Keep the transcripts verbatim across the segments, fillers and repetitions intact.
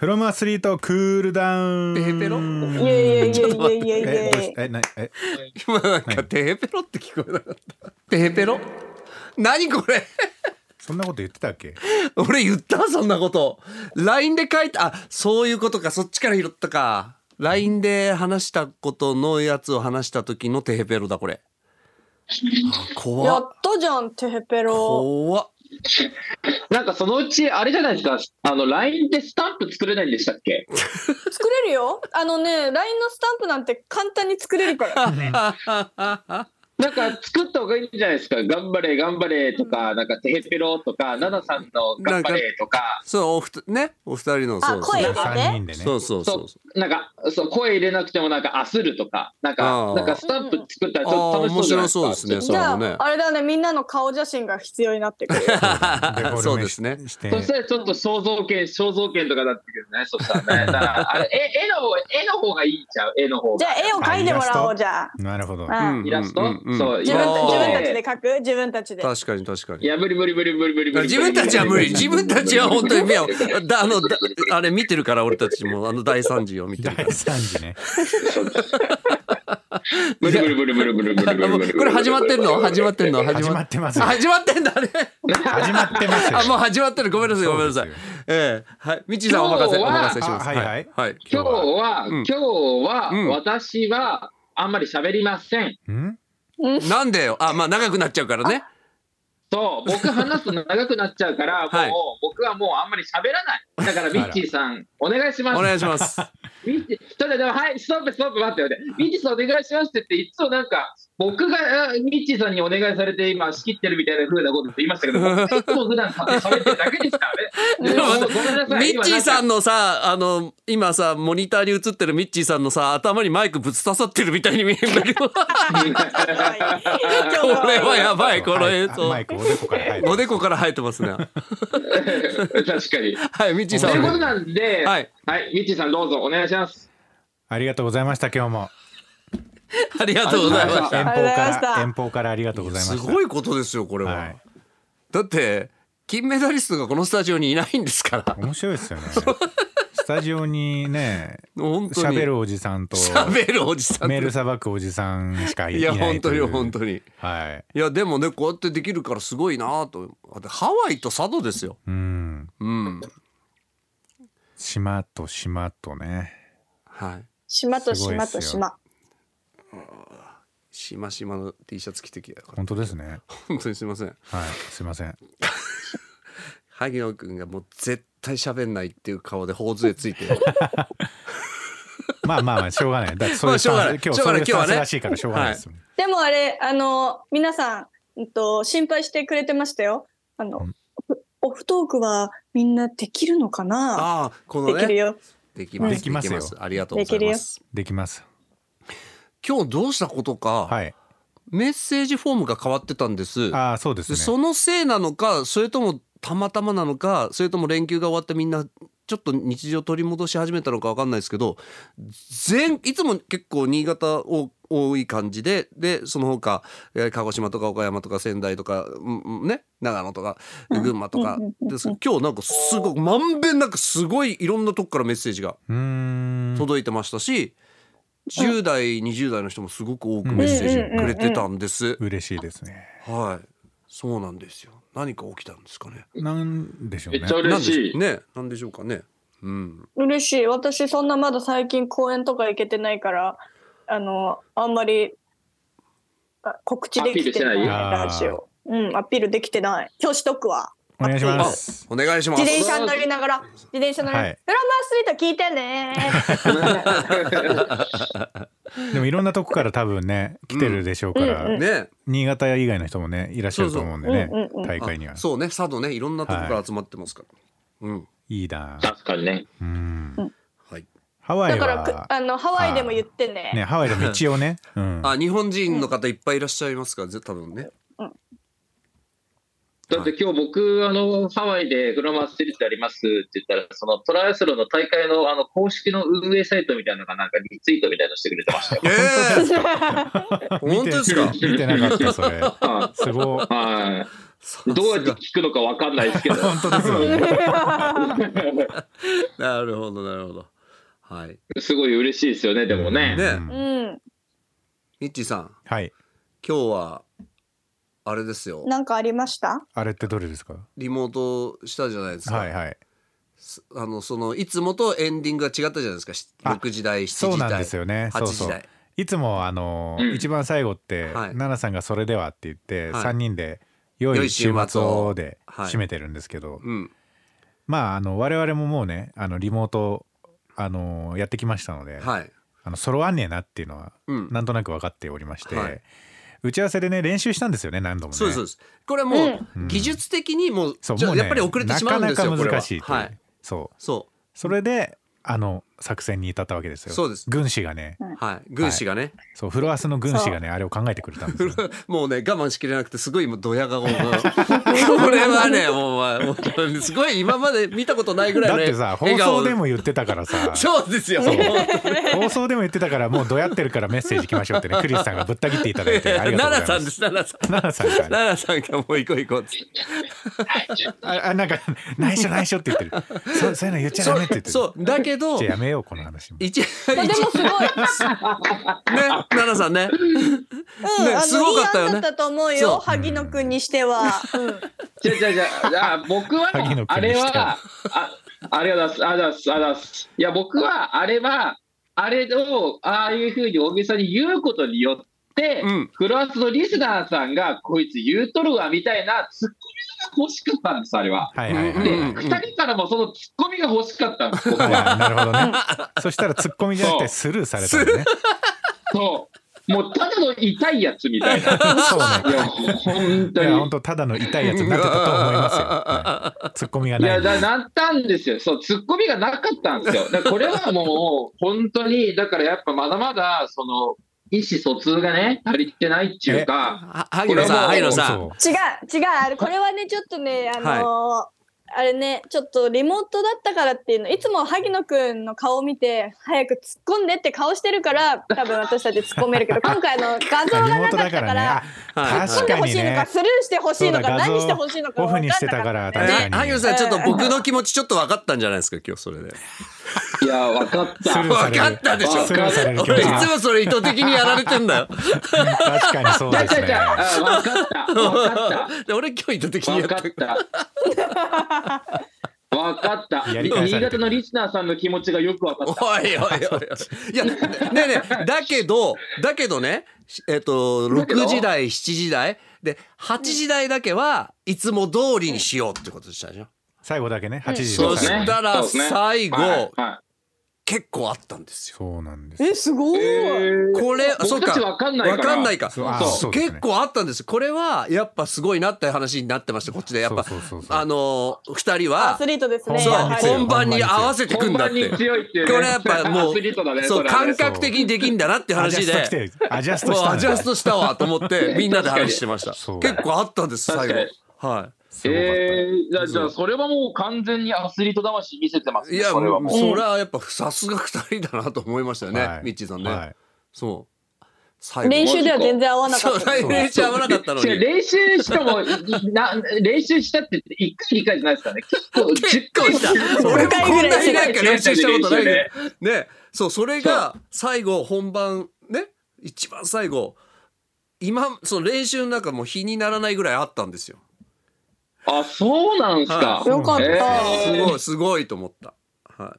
フロムアスリートクールダウン。 テヘペロ。 いやいやいやいやいやいやいや。 え、なえ、 今なんかテヘペロって聞こえなかった。テヘペロ？何これ？ そんなこと言ってたっけ？ 俺言ったそんなこと。ライン で書いた。あ、そういうことか。そっちから拾ったか。ライン で話したことのやつを話した時のテヘペロだこれ。怖っ。 やったじゃんテヘペロ。 怖っ。 なんかそのうちあれじゃないですか、あの ライン でスタンプ作れないんでしたっけ？ 作れるよ。あのね ライン のスタンプなんて簡単に作れるから。 なんか作った方がいいんじゃないですか。頑張れ頑張れとか、なんかテヘペロとか、ナナさんの頑張れとか。 そうおふねお二人のそうあ声入れて。 さんにんでね。 そうそうそうそうなんかそう声入れなくてもなんかあするとか、なんかなんかスタンプ作ったらちょっと楽しそうじゃないですか。 面白そうですね。 じゃあ、 ね、 あれだねみんなの顔写真が必要になってくる。 そうですね。 そしたらちょっと肖像権肖像権とかなってくるね。そしたらね。だからあれ絵絵の方絵の方がいいんちゃう。絵の方が。 じゃあ絵を描いてもらおうじゃあ。 なるほど。 イラスト？そう自分自分たちで描く自分たちで。 確かに確かに。 いや無理無理無理無理無理無理。 自分たちは無理。自分たちは本当に見よう。だあのだあれ見てるから俺たちもあの大惨事を見てるから。 大惨事ね。 無理無理無理無理無理無理無理無理。 これ始まってるの？始まってるの？ 始まってます。 始まってんだね。 始まってます。 あもう始まってる。ごめんなさいごめんなさい。ええはいみちさんお任せお任せします。 はいはいはい。 今日は今日は私はあんまり喋りません。 ん？ なんでよ。あまあ長くなっちゃうからね。 そう僕話すと長くなっちゃうからもう、はい、僕はもうあんまり喋らない。だからミッチーさんお願いします。 お願いします。 ミッチーそれでははいストップストップ待って待ってミッチーさんお願いしますって言っていつもなんか僕がミッチーさんにお願いされて今仕切ってるみたいな風なこと言いましたけど僕いつも普段喋ってるだけですからね。でもごめんなさい。 ミッチーさんのさあの今さモニターに映ってるミッチーさんのさ頭にマイクぶつ刺さってるみたいに見えるんだけどこれはやばいこの映像。 マイクおでこから生えてます。 おでこから生えてますね。 確かに。 はいミッチーさん。 ということなんで、 はいはいミッチーさんどうぞお願いします。 ありがとうございました今日も。 ありがとうございました。 遠方から遠方からありがとうございました。 すごいことですよこれは。はい、だって金メダリストがこのスタジオにいないんですから。 面白いですよね。スタジオにね喋るおじさんと喋るおじさんメールさばくおじさんしかいない。 いや本当に本当に。 はい。 いやでもねこうやってできるからすごいなと。ハワイと佐渡ですよ。 うんうん島と島とね。 はい。 島と島と島。 しましまの T シャツ着てきた。 本当ですね。 本当にすいません。 はいすいません。 萩野くんがもう絶対喋んないっていう顔で頬杖ついてる。 まあまあまあしょうがない。だってそういうスタンス今日そういうスタンスらしいからしょうがないです。 でもあれあの皆さん、うんと、心配してくれてましたよ。あの、うん、オフトークはみんなできるのかな。 ああこのね。 できるよ。 できます。 できますよ。 ありがとうございます。 できます。 今日どうしたことか、はい、メッセージフォームが変わってたんです。 あそうですね。 そのせいなのかそれともたまたまなのかそれとも連休が終わってみんなちょっと日常取り戻し始めたのか分かんないですけど全いつも結構新潟を多い感じででその他鹿児島とか岡山とか仙台とか、うん、ね長野とか群馬とかです今日なんかすごくまんべんなくすごいいろんなとこからメッセージが届いてましたしじゅう代にじゅう代の人もすごく多くメッセージくれてたんです。 嬉しいですね。 はいそうなんですよ。何か起きたんですかね。 なんでしょうね。 めっちゃ嬉しいね。なんでしょうかね。うん。 嬉しい。私そんなまだ最近公演とか行けてないからあのあんまり告知できてないラジオ。うんアピールできてない。今日しとくわ。 お願いします。 お願いします。 自転車乗りながら自転車乗りながら、はい、フラマーストリート聞いてね。でもいろんなとこから多分ね来てるでしょうから、うんね、新潟以外の人もねいらっしゃると思うんでね大会には。 そうね佐渡ねいろんなとこから集まってますから。はい、うんいいな。 確かにね。 うん。 はい。 ハワイはだからあのハワイでも言ってね。 ねハワイでも一応ね。うん、 あ日本人の方いっぱいいらっしゃいますから多分ね。うんだって今日僕あのハワイでフラマーストリートありますって言ったらそのトライアスロンの大会のあの公式の運営サイトみたいなのがなんかリツイートみたいなのしてくれてましたよ。 えー、本当ですか。 見てなかったそれ。すごい。 はい。 どうやって聞くのか分かんないですけど本当ですよねなるほどなるほど、はい、 すごい嬉しいですよね。でもね、 ね、 うん、 ミッチーさん、 はい、 今日はあれですよ。 なんかありました？ あれってどれですか？ リモートしたじゃないですか。 はいはい。 あのそのいつもとエンディングが違ったじゃないですか。ろくじ台、しちじ台、 そうなんですよね。 はちじ台。そうそういつもあの、うん、一番最後って、はい、奈々さんがそれではって言って、はい、さんにんで良い週末をで締めてるんですけど、はいうん、まああの我々ももうねあのリモートあのやってきましたので、はい、あの揃わんねえなっていうのは、うん、なんとなく分かっておりまして、はい、打ち合わせでね練習したんですよね何度もね。 そうですそうです。これはもう、うん、技術的にもう、うん、もうね、やっぱり遅れてしまうんですよ。 なかなか難しいという、 はい、 そうそうそれであの作戦に至ったわけですよ。 そうです。 軍師がね、 はい、軍師がね、はい、 そうフロアスの軍師がねあれを考えてくれたんですよもうね我慢しきれなくてすごいもうドヤ顔がこれはねもう、まあ、もうすごい今まで見たことないぐらいの、ね、 だってさ放送でも言ってたからさそうですよ放送でも言ってたからもうどやってるからメッセージ来ましょうってねクリスさんがぶった切っていただいてありがとうございます。奈々さんです奈々さん奈々さんか、ね、 奈々さんがもう行こう行こうってああなんか内緒内緒って言ってるそ, そういうの言っちゃダメって言ってる。 そうそうだけどじゃあやめようこの話も一でもすごいね奈々さんね、 うんね、すごかったよね。いい案だったと思うよ萩野くんにしては、うん、 じゃじゃじゃあ僕はあれはあありがとうございますありがとうございますいや僕はあれはあれをああいうふうに大げさに言うことによって、うん、フロアスのリスナーさんがこいつ言うとるわみたいなツッコミが欲しかったんですあれは、はいはいはい、でふたりからもそのツッコミが欲しかったんです僕はなるほどねそしたらツッコミじゃなくてスルーされたんねそうもうただの痛いやつみたいなそうねいや本当にいや本当ただの痛いやつになってたと思いますよ、はい、ツッコミがないいやだなったんですよ。そうツッコミがなかったんですよ。だこれはもう本当にだからやっぱまだまだその意思疎通がね足りてないっていうか萩野さん萩野さん違う違うこれはねちょっとねあのーはいあれねちょっとリモートだったからっていうのいつも萩野くんの顔を見て早く突っ込んでって顔してるから多分私たち突っ込めるけど今回の画像がなかったから突っ込んでほしいのかスルーしてほしいのか何してほしいのかオフにしてたから確かに萩野さんちょっと僕の気持ちちょっと分かったんじゃないですか今日それでいや分かった分かったでしょ俺いつもそれ意図的にやられてんだよ確かにそうですね分かった分かった俺今日意図的にやって分かった分かった新潟のリスナーさんの気持ちがよく分かった。 おいおいおいおいいやねえねえだけどだけどねえっとろくじ台しちじ台ではちじ台だけはいつも通りにしようってことでしたでしょ最後だけねはちじそしたら最後、はいはい結構あったんですよ。 そうなんです。 えすごい。 これ僕たち分かんないから。 分かんないか。 そうそう結構あったんです。これはやっぱすごいなって話になってましたこっちでやっぱそうそうそうそうあのふたりはアスリートですね。 そう本番に合わせてくんだって。 本番に強いっていうね、 これやっぱもうね、 そう感覚的にできんだなって話でアジャストした。 アジャストしたわと思ってみんなで話してました。結構あったんです最後。はい。 えー、じゃあそれはもう完全にアスリート魂見せてますね。 いやそれはもうそれはやっぱさすがふたりだなと思いましたよね、はい、ミッチーさんね、はい、そう最後練習では全然合わなかった。 そう練習合わなかったのに練習してもな練習したっていっかいにかいじゃないですかね。結構結構した俺もこんなになんか練習したことないねね。そうそれが最後本番ね一番最後今その練習の中も比にならないぐらいあったんですよ。 あ、そうなんですか。 はい、よかった、えー。すごいすごいと思った。はい。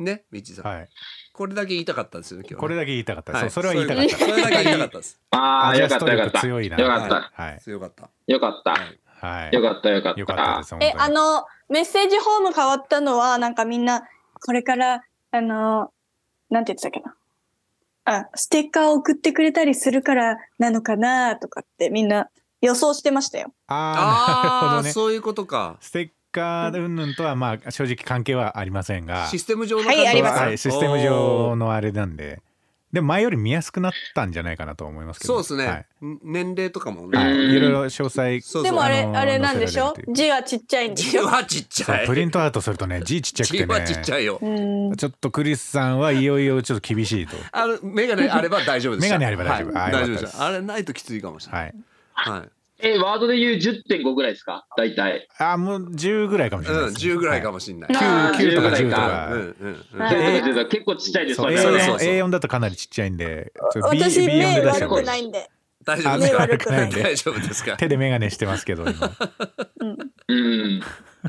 ね、みちさん。はい。これだけ言いたかったですよね今日ね。 これだけ言いたかった。はい、そうそれは言いたかった。 それだけ言いたかったです。 ああ、よかったよかった。 強いな。 よかった。 はい。強かった。 よかった。 はい。 よかったよかった。 よかったです。 え、あのメッセージフォーム変わったのはなんかみんなこれからあのなんて言ってたっけな。あ、ステッカーを送ってくれたりするからなのかなとかってみんな。予想してましたよ。 ああ、なるほどね。 そういうことか。 ステッカー云々とはまあ正直関係はありませんが、 システム上の関係は、はい、あります。 はい、システム上のあれなんで、でも前より見やすくなったんじゃないかなと思いますけど、 ね。そうですね。はい、年齢とかもね、 はい、いろいろ詳細。 そうそうでもあれあれなんでしょ。字はちっちゃいんでしょ。 字はちっちゃい。 プリントアウトするとね字ちっちゃくてね。 字はちっちゃいよ。 ちょっとクリスさんはいよいよちょっと厳しいと。 あのメガネあれば大丈夫です。 メガネあれば大丈夫。 はい、大丈夫です。あれないときついかもしれない。 はい。 はい。 えワードで言う じゅってんご ぐらいですか大体。 あもうじゅうぐらいかもしれないです、ね、 うん、じゅうぐらいかもしれない、 はい、きゅう, きゅうとかじゅうとか、 うんうんうん、 結構ちっちゃいですよね。 エーよん, エーよんだとかなりちっちゃいんで、 私目悪くないんで大丈夫ですか？ 悪くないんで大丈夫ですか？ 手でメガネしてますけど今うん、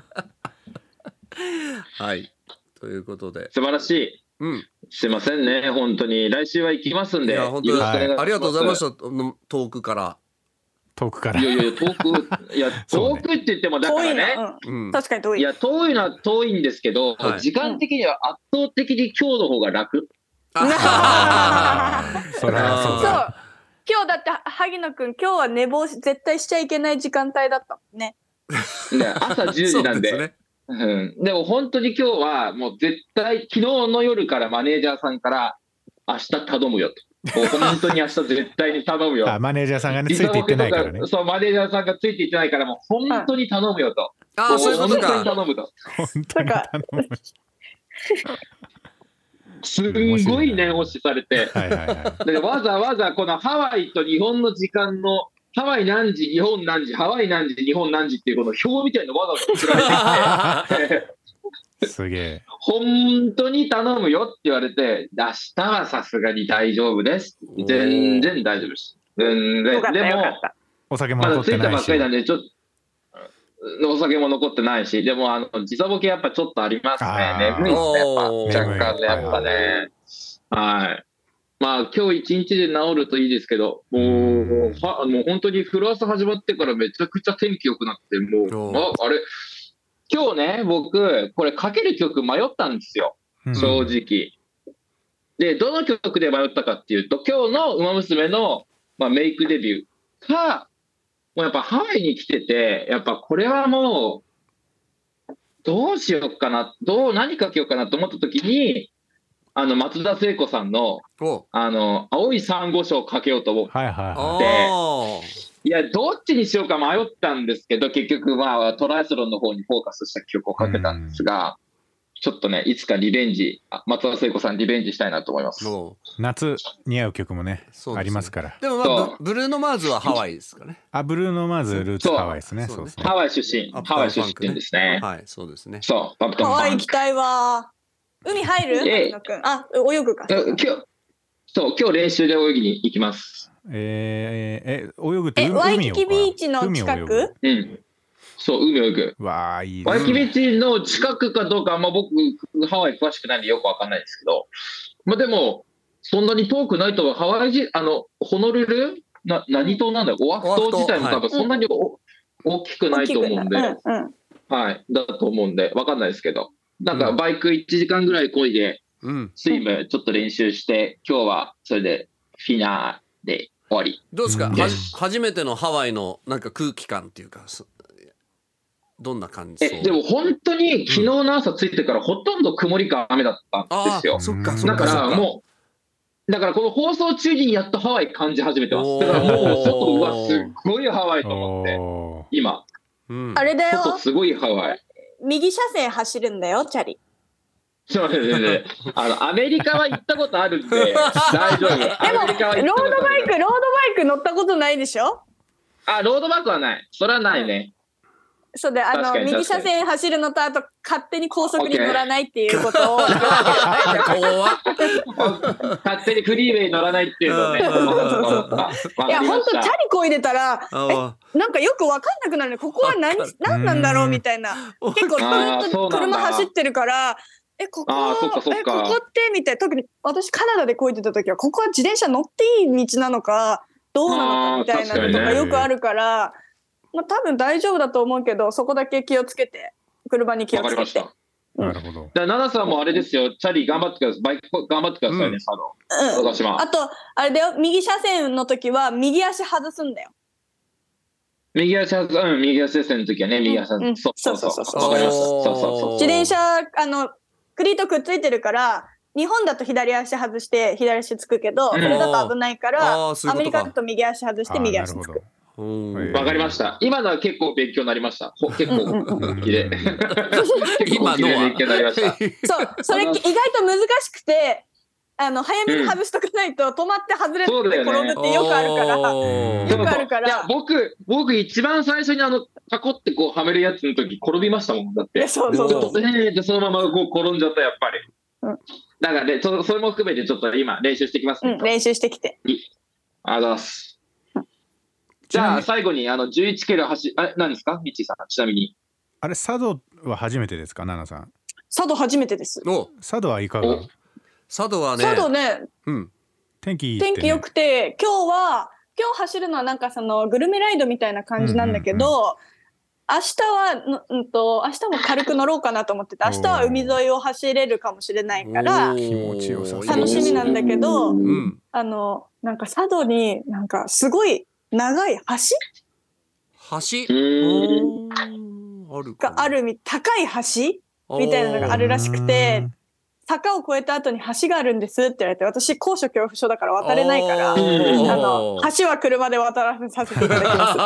はいということで素晴らしい、うん、すいませんね本当に来週は行きますんで、いや本当に、はい、ありがとうございました。遠くから遠くからいやいや遠くいや遠くって言ってもだからね、 うん、確かに遠い。 いや遠いのは遠いんですけど、はい、時間的には圧倒的に今日の方が楽。 あそりゃそうだ。 そう今日だって萩野くん今日は寝坊し絶対しちゃいけない時間帯だったもんね。 ね朝じゅうじなんで。でねうん、でも本当に今日はもう絶対昨日の夜からマネージャーさんから明日頼むよと。もう本当に明日絶対に頼むよ。 あマネージャーさんがねついていってないからね。 そうマネージャーさんがついていってないからもう本当に頼むよと。 ああそういうことか。 本当に頼むと。 本当に頼む。 すんごい念押しされて、はいはいはい、でわざわざこのハワイと日本の時間のハワイ何時日本何時ハワイ何時日本何時っていうこの表みたいなのわざわざ作られてきてすげえ本当に頼むよって言われて明日はさすがに大丈夫です全然大丈夫です全然でもお酒も残ってないし、 まだ着いたばっかりなんでちょっとお酒も残ってないしでもあの時差ボケやっぱちょっとありますね。眠いですねやっぱ若干ねやっぱねはいまあ今日一日で治るといいですけどもうはもう本当にフランス始まってからめちゃくちゃ天気良くなってもうああれ今日ね僕これかける曲迷ったんですよ正直、うん、でどの曲で迷ったかっていうと今日のウマ娘の、まあ、メイクデビューかもうやっぱハワイに来ててやっぱこれはもうどうしようかなどう何かけようかなと思った時にあの松田聖子さんのあの青い珊瑚礁をかけようと思って、はいはい、いやどっちにしようか迷ったんですけど結局まあトライアスロンの方にフォーカスした曲をかけたんですがちょっとねいつかリベンジ松田聖子さんリベンジしたいなと思います。 夏似合う曲も ね, ねありますから。 でも、まあ、ブルーノマーズはハワイですかね。 あブルーノマーズルーツハワイですね。そうですねハワイ出身ハワイ出身ですね。 はいそうですね。 そうハワイ行きたいわ。海入る？えー、あ泳ぐか。 今日そう今日練習で泳ぎに行きます。 えー、え泳ぐって海をワイキキビーチの近く？ うんそう海泳ぐ。 わあいい、ね。 ワイキビーチの近くかどうか、まあ、僕ハワイ詳しくないんでよくわかんないですけど、まあ、でもそんなに遠くないとはハワイじあのホノルルな何島なんだよオアフ島自体も多分そんなに、はい、大きくないと思うんで、うんうん、はいだと思うんでわかんないですけどなんかバイクいちじかんぐらい漕いで、うん、スイムちょっと練習して今日はそれでフィナーで終わり。 どうですか、うん、は初めてのハワイのなんか空気感っていうかどんな感じ？ えでも本当に昨日の朝着いてからほとんど曇りか雨だったんですよ。 そっかそっか。だからもうだからこの放送中にやっとハワイ感じ始めてます。だからもう外うわすっごいハワイと思って今、 うん、あれだよ外すごいハワイ右車線走るんだよチャリ。 そうですね。あのアメリカは行ったことあるんで大丈夫。でもロードバイクロードバイク乗ったことないでしょ？ あロードバイクはない。それはないね。 そうであの右車線走るのとあと勝手に高速に乗らないっていうことを勝手にフリーウェイ乗らないっていうのね。いや本当チャリこいでたらえなんかよく分かんなくなるね。ここは 何, 何なんだろうみたいな結構ずっと車走ってるからえここえここってみたいな特に私カナダでこいでた時はここは自転車乗っていい道なのかどうなのかみたいなのとかよくあるから。まあ、多分大丈夫だと思うけどそこだけ気をつけて車に気をつけて。わかりました、 うん、なるほど。 じゃあ奈々さんもあれですよチャリ頑張ってくださいバイク頑張ってくださいね、うん、佐渡、うん、私もあとあれだよ右車線の時は右足外すんだよ。 右足外すうん右足線の時はね右足外す、うんうん、そうそうそうそうわかりました。そうそうそう自転車あのクリートくっついてるから日本だと左足外して左足つくけどそれだと危ないからアメリカだと右足外して右足つく。 わかりました。今のは結構勉強になりました。結構本気で。 今のは勉強になりました。 そう、それ意外と難しくて、 あの早めに外しとかないと止まって外れて転ぶってよくあるから、 うん、 よくあるから。いや僕僕一番最初にあのタコってこうはめるやつの時転びましたもん。だってそうそうそう、 えー、そのままこう転んじゃったやっぱり、うん、だからね そ, それも含めてちょっと今練習してきますね、 うん、練習してきて。 ありがとうございます。じゃあ最後にあのじゅういちキロ走あれ何ですかミッチーさん。ちなみにあれ佐渡は初めてですか、ナナさん。 佐渡初めてです。 お佐渡はいかが？ 佐渡はね、 佐渡ね、 うん、 天気いいってね、 天気良くて、今日は今日走るのはなんかそのグルメライドみたいな感じなんだけど、うんうんうん、明日は、うんと、明日も軽く乗ろうかなと思ってて、明日は海沿いを走れるかもしれないから気持ちよさそう、 楽しみなんだけど、 うん、 あのなんか佐渡になんかすごい長い橋橋あるがあるみ高い橋みたいなのがあるらしくて、坂を越えた後に橋があるんですって言われて、私高所恐怖症だから渡れないから、あの橋は車で渡らさせていただき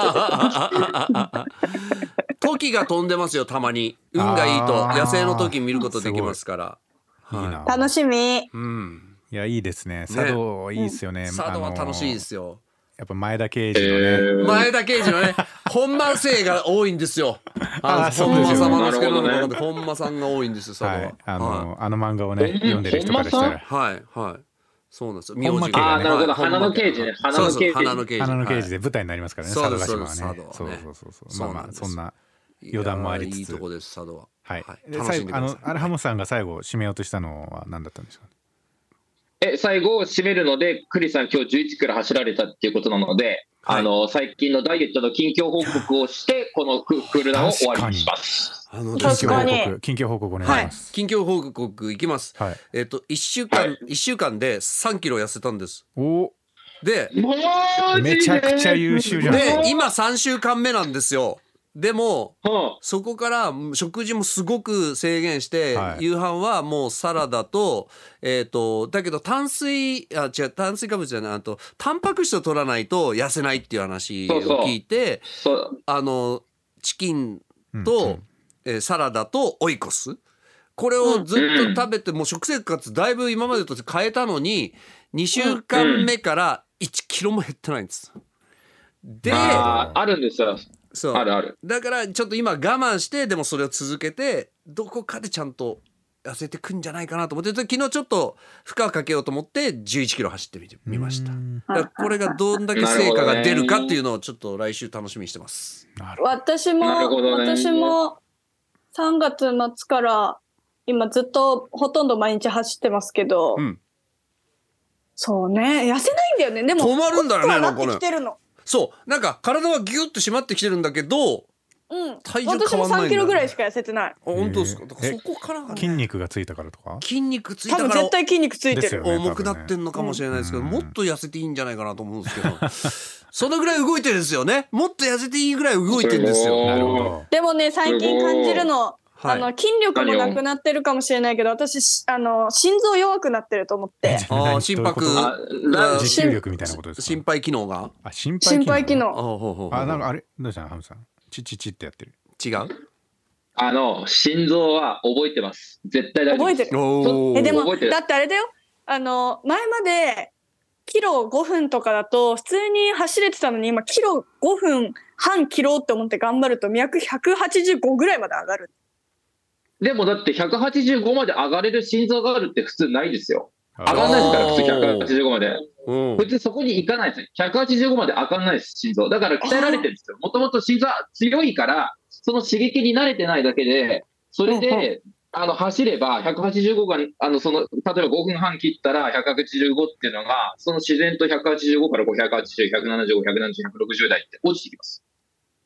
ますトキが飛んでますよ、たまに。運がいいと野生の時見ることできますから、 いいな、 楽しみ、 うん、 いやいいですね。佐渡いいですよね、 佐渡は楽しいですよ。 やっぱ前田慶次のね、えー、前田慶次のね本間生が多いんですよ。 ああそう本間ですよね。 様の助の中で本間さんが多いんですよ、佐渡は。 はい、あの、はい、あの漫画をね読んでる人からしたら、 はいはい、そうなんですよ。 本間家がね、 あなるほど、花の刑事ね、花の刑事、 花の刑事、 花の刑事で舞台になりますからね、佐渡島はね。 そうそうそうそう、まあまあそんな余談もありつつ、 いいとこです佐渡は。 はい。で最後あのアルハムさんが最後締めようとしたのは何だったんですか。 え最後締めるので、クリさん今日じゅういちキロ走られたっていうことなので、はい、あの最近のダイエットの近況報告をしてこのクールダウンを終わりにします。 あの近況報告、近況報告お願いします。 はい、近況報告いきます。はい、えっといっしゅうかん、はい、いっしゅうかんでさんキロ痩せたんです。 おでめちゃくちゃ優秀じゃん。 で今さんしゅうかんめなんですよ。でも、 はあ、 そこから食事もすごく制限して、はい、夕飯はもうサラダと、えーと、だけど炭水あ違う炭水化物じゃない、あとタンパク質を取らないと痩せないっていう話を聞いて、 そうそうあのチキンと、うんうんえー、サラダとオイコス、これをずっと食べて、うん、もう食生活だいぶ今までと変えたのににしゅうかんめからいちキロも減ってないんです。で、 あ, あるんですよ。 そうあるある。 だからちょっと今我慢して、でもそれを続けてどこかでちゃんと痩せてくんじゃないかなと思って、昨日ちょっと負荷をかけようと思ってじゅういちキロ走ってみてみました。だからこれがどんだけ成果が出るかっていうのをちょっと来週楽しみにしてます。 私も、ね、私もさんがつ末から今ずっとほとんど毎日走ってますけど、うん、そうね痩せないんだよね。でも止まるんだよね、 なってきてるの。 そうなんか体はギュッと締まってきてるんだけど、 うん、 体重変わんないんだよね。 私もさんキロぐらいしか痩せてない。あ、 本当ですか。だからそこからがね、 筋肉がついたからとか。 筋肉ついたから多分絶対筋肉ついてる、 ね、 重くなってんのかもしれないですけど、うん、もっと痩せていいんじゃないかなと思うんですけどそのぐらい動いてるんですよね。もっと痩せていいぐらい動いてるんですよ。 なるほど。 でもね最近感じるの、あの筋力もなくなってるかもしれないけど、私あの心臓弱くなってると思って。 あ心拍持久力みたいなことですか。 心肺機能があ心肺機能。心肺機能。あなんかあれどうしたのハムさん。チチチってやってる。 違う。 あの心臓は覚えてます。絶対大丈夫です。 覚えてる。えでもだってあれだよ。あの前までキロごふんとかだと普通に走れてたのに、今キロごふんはんキロって思って頑張ると脈ひゃくはちじゅうごぐらいまで上がる。 でもだってひゃくはちじゅうごまで上がれる心臓があるって普通ないですよ。上がんないですから普通ひゃくはちじゅうごまで。普通そこに行かないです。ひゃくはちじゅうごまで上がんないです心臓。だから鍛えられてるんですよ。もともと心臓は強いからその刺激に慣れてないだけで、それであの走ればひゃくはちじゅうごがあのその例えばごふんはん切ったらひゃくはちじゅうごっていうのがその自然とひゃくはちじゅうごからごひゃくはちじゅう、ひゃくななじゅうご、ひゃくななじゅう、ひゃくろくじゅう台って落ちてきます。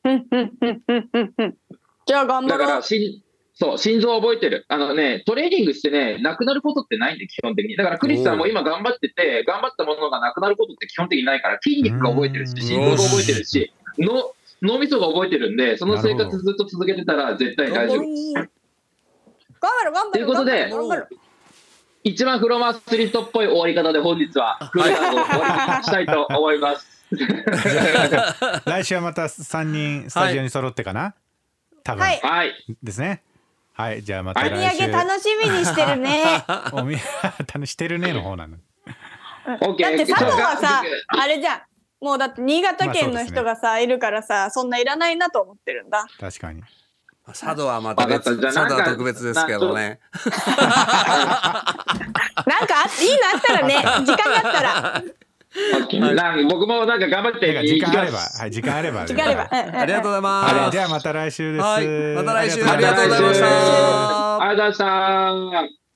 じゃあ頑張ろう。 だからしそう心臓は覚えてる。あのねトレーニングしてねなくなることってないんで基本的に。だからクリスさんも今頑張ってて頑張ったものがなくなることって基本的にないから、筋肉が覚えてるし心臓が覚えてるしの脳みそが覚えてるんで、その生活ずっと続けてたら絶対大丈夫です。 頑張る頑張る。 ということで一番フロマースリットっぽい終わり方で本日はクールダウンを終わりにしたいと思います来週はまたさんにんスタジオに揃ってかな、はい、多分、 はい、 ですね。 はい、じゃあまた来週。 お土産楽しみにしてるね。 お土産してるねの方なの。 だって佐藤はさ、あれじゃん。もうだって新潟県の人がさ、まあね、いるからさ、そんないらないなと思ってるんだ。 確かに。 佐渡はまた別、佐渡は特別ですけどね。 なんかいいのあったらね、時間があったら。 なん僕もなんか頑張って時間あれば、はい、時間あれば、 時間あれば、 ありがとうございます。 はい、じゃあまた来週です。はい、 また来週ありがとうございました。 ありがとうございました。